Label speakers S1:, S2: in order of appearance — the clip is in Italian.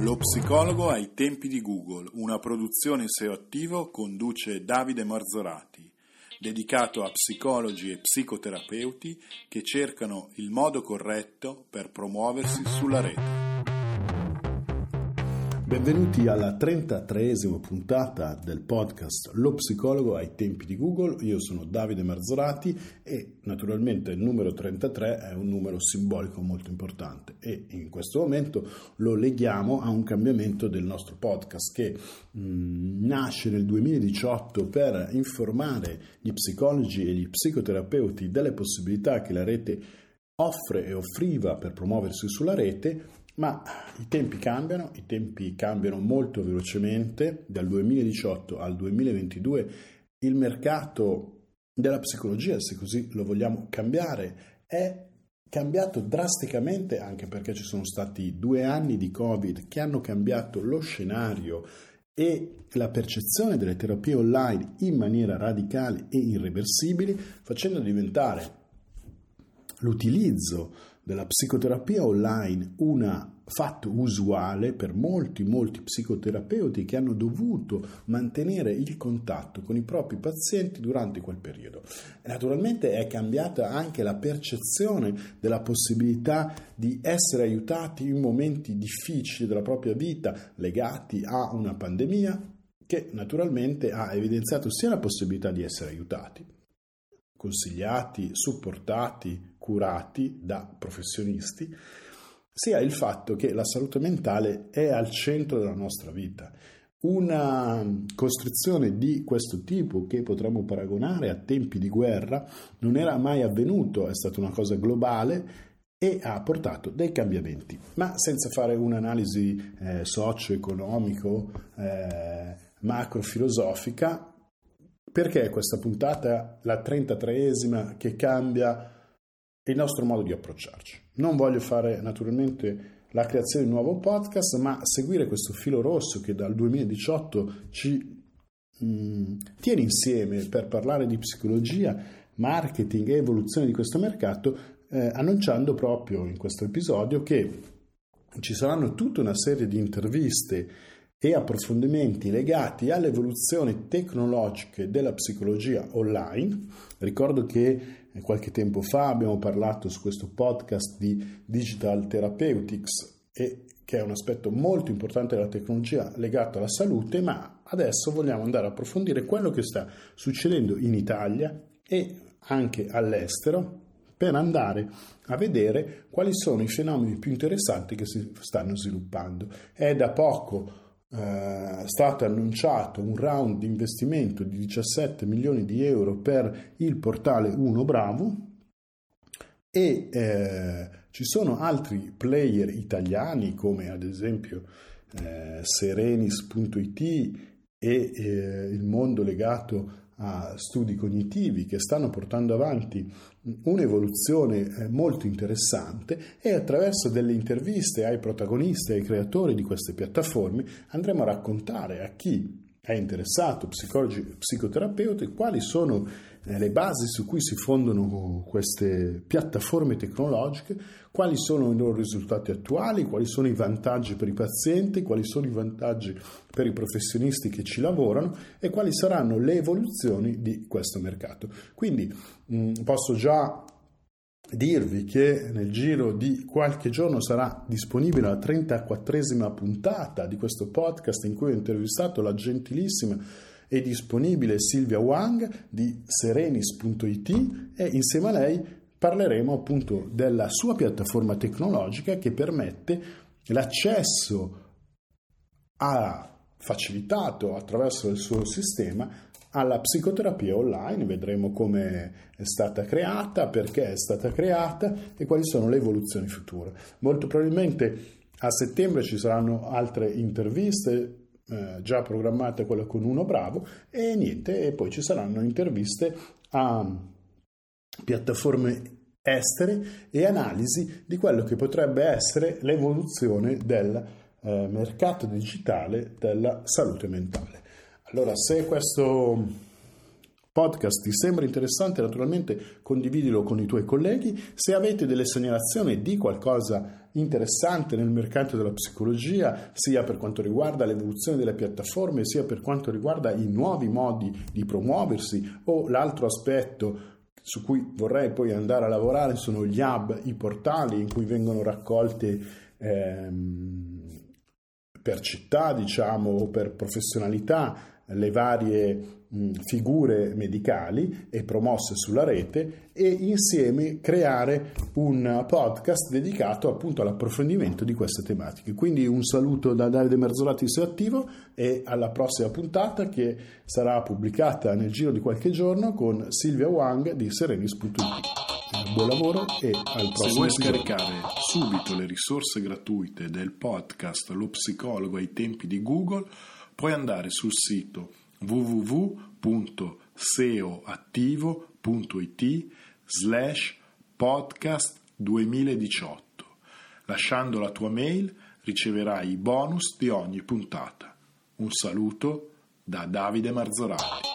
S1: Lo psicologo ai tempi di Google, una produzione SEO attivo, conduce Davide Marzorati, dedicato a psicologi e psicoterapeuti che cercano il modo corretto per promuoversi sulla rete.
S2: Benvenuti alla 33esima puntata del podcast Lo psicologo ai tempi di Google. Io sono Davide Marzorati e naturalmente il numero 33 è un numero simbolico molto importante e in questo momento lo leghiamo a un cambiamento del nostro podcast che nasce nel 2018 per informare gli psicologi e gli psicoterapeuti delle possibilità che la rete offre e offriva per promuoversi sulla rete. Ma i tempi cambiano molto velocemente. Dal 2018 al 2022 il mercato della psicologia, se così lo vogliamo cambiare, è cambiato drasticamente, anche perché ci sono stati 2 anni di Covid che hanno cambiato lo scenario e la percezione delle terapie online in maniera radicale e irreversibile, facendo diventare l'utilizzo della psicoterapia online un fatto usuale per molti psicoterapeuti che hanno dovuto mantenere il contatto con i propri pazienti durante quel periodo. E naturalmente è cambiata anche la percezione della possibilità di essere aiutati in momenti difficili della propria vita legati a una pandemia che naturalmente ha evidenziato sia la possibilità di essere aiutati, consigliati, supportati, curati da professionisti, sia il fatto che la salute mentale è al centro della nostra vita. Una costrizione di questo tipo, che potremmo paragonare a tempi di guerra, non era mai avvenuto, è stata una cosa globale e ha portato dei cambiamenti. Ma senza fare un'analisi socio-economico, macrofilosofica, perché questa puntata, la 33esima, che cambia il nostro modo di approcciarci? Non voglio fare naturalmente la creazione di un nuovo podcast, ma seguire questo filo rosso che dal 2018 ci tiene insieme per parlare di psicologia, marketing e evoluzione di questo mercato, annunciando proprio in questo episodio che ci saranno tutta una serie di interviste e approfondimenti legati alle evoluzioni tecnologiche della psicologia online. Ricordo che qualche tempo fa abbiamo parlato su questo podcast di Digital Therapeutics, e che è un aspetto molto importante della tecnologia legato alla salute, ma adesso vogliamo andare a approfondire quello che sta succedendo in Italia e anche all'estero, per andare a vedere quali sono i fenomeni più interessanti che si stanno sviluppando. È da poco stato annunciato un round di investimento di 17 milioni di euro per il portale Uno Bravo e ci sono altri player italiani come ad esempio Serenis.it e il mondo legato a studi cognitivi, che stanno portando avanti un'evoluzione molto interessante, e attraverso delle interviste ai protagonisti, ai creatori di queste piattaforme, andremo a raccontare a chi è interessato, psicologi, psicoterapeuti, quali sono le basi su cui si fondano queste piattaforme tecnologiche, quali sono i loro risultati attuali, quali sono i vantaggi per i pazienti, quali sono i vantaggi per i professionisti che ci lavorano e quali saranno le evoluzioni di questo mercato. Quindi posso già dirvi che nel giro di qualche giorno sarà disponibile la 34esima puntata di questo podcast, in cui ho intervistato la gentilissima e disponibile Silvia Wang di Serenis.it, e insieme a lei parleremo appunto della sua piattaforma tecnologica che permette l'accesso facilitato attraverso il suo sistema alla psicoterapia online. Vedremo come è stata creata, perché è stata creata e quali sono le evoluzioni future. Molto probabilmente a settembre ci saranno altre interviste, già programmate, quella con Uno Bravo, e poi ci saranno interviste a piattaforme estere e analisi di quello che potrebbe essere l'evoluzione del mercato digitale della salute mentale. Allora, se questo podcast ti sembra interessante, naturalmente condividilo con i tuoi colleghi. Se avete delle segnalazioni di qualcosa interessante nel mercato della psicologia, sia per quanto riguarda l'evoluzione delle piattaforme, sia per quanto riguarda i nuovi modi di promuoversi, o l'altro aspetto su cui vorrei poi andare a lavorare sono gli hub, i portali in cui vengono raccolte per città, diciamo, o per professionalità le varie figure medicali e promosse sulla rete, e insieme creare un podcast dedicato appunto all'approfondimento di queste tematiche. Quindi un saluto da Davide Marzorati di SEO Attivo e alla prossima puntata, che sarà pubblicata nel giro di qualche giorno, con Silvia Wang di Serenis.it. Buon lavoro e al prossimo.
S1: Se vuoi scaricare subito le risorse gratuite del podcast Lo Psicologo ai tempi di Google, puoi andare sul sito www.seoattivo.it/podcast 2018. Lasciando la tua mail riceverai i bonus di ogni puntata. Un saluto da Davide Marzorati.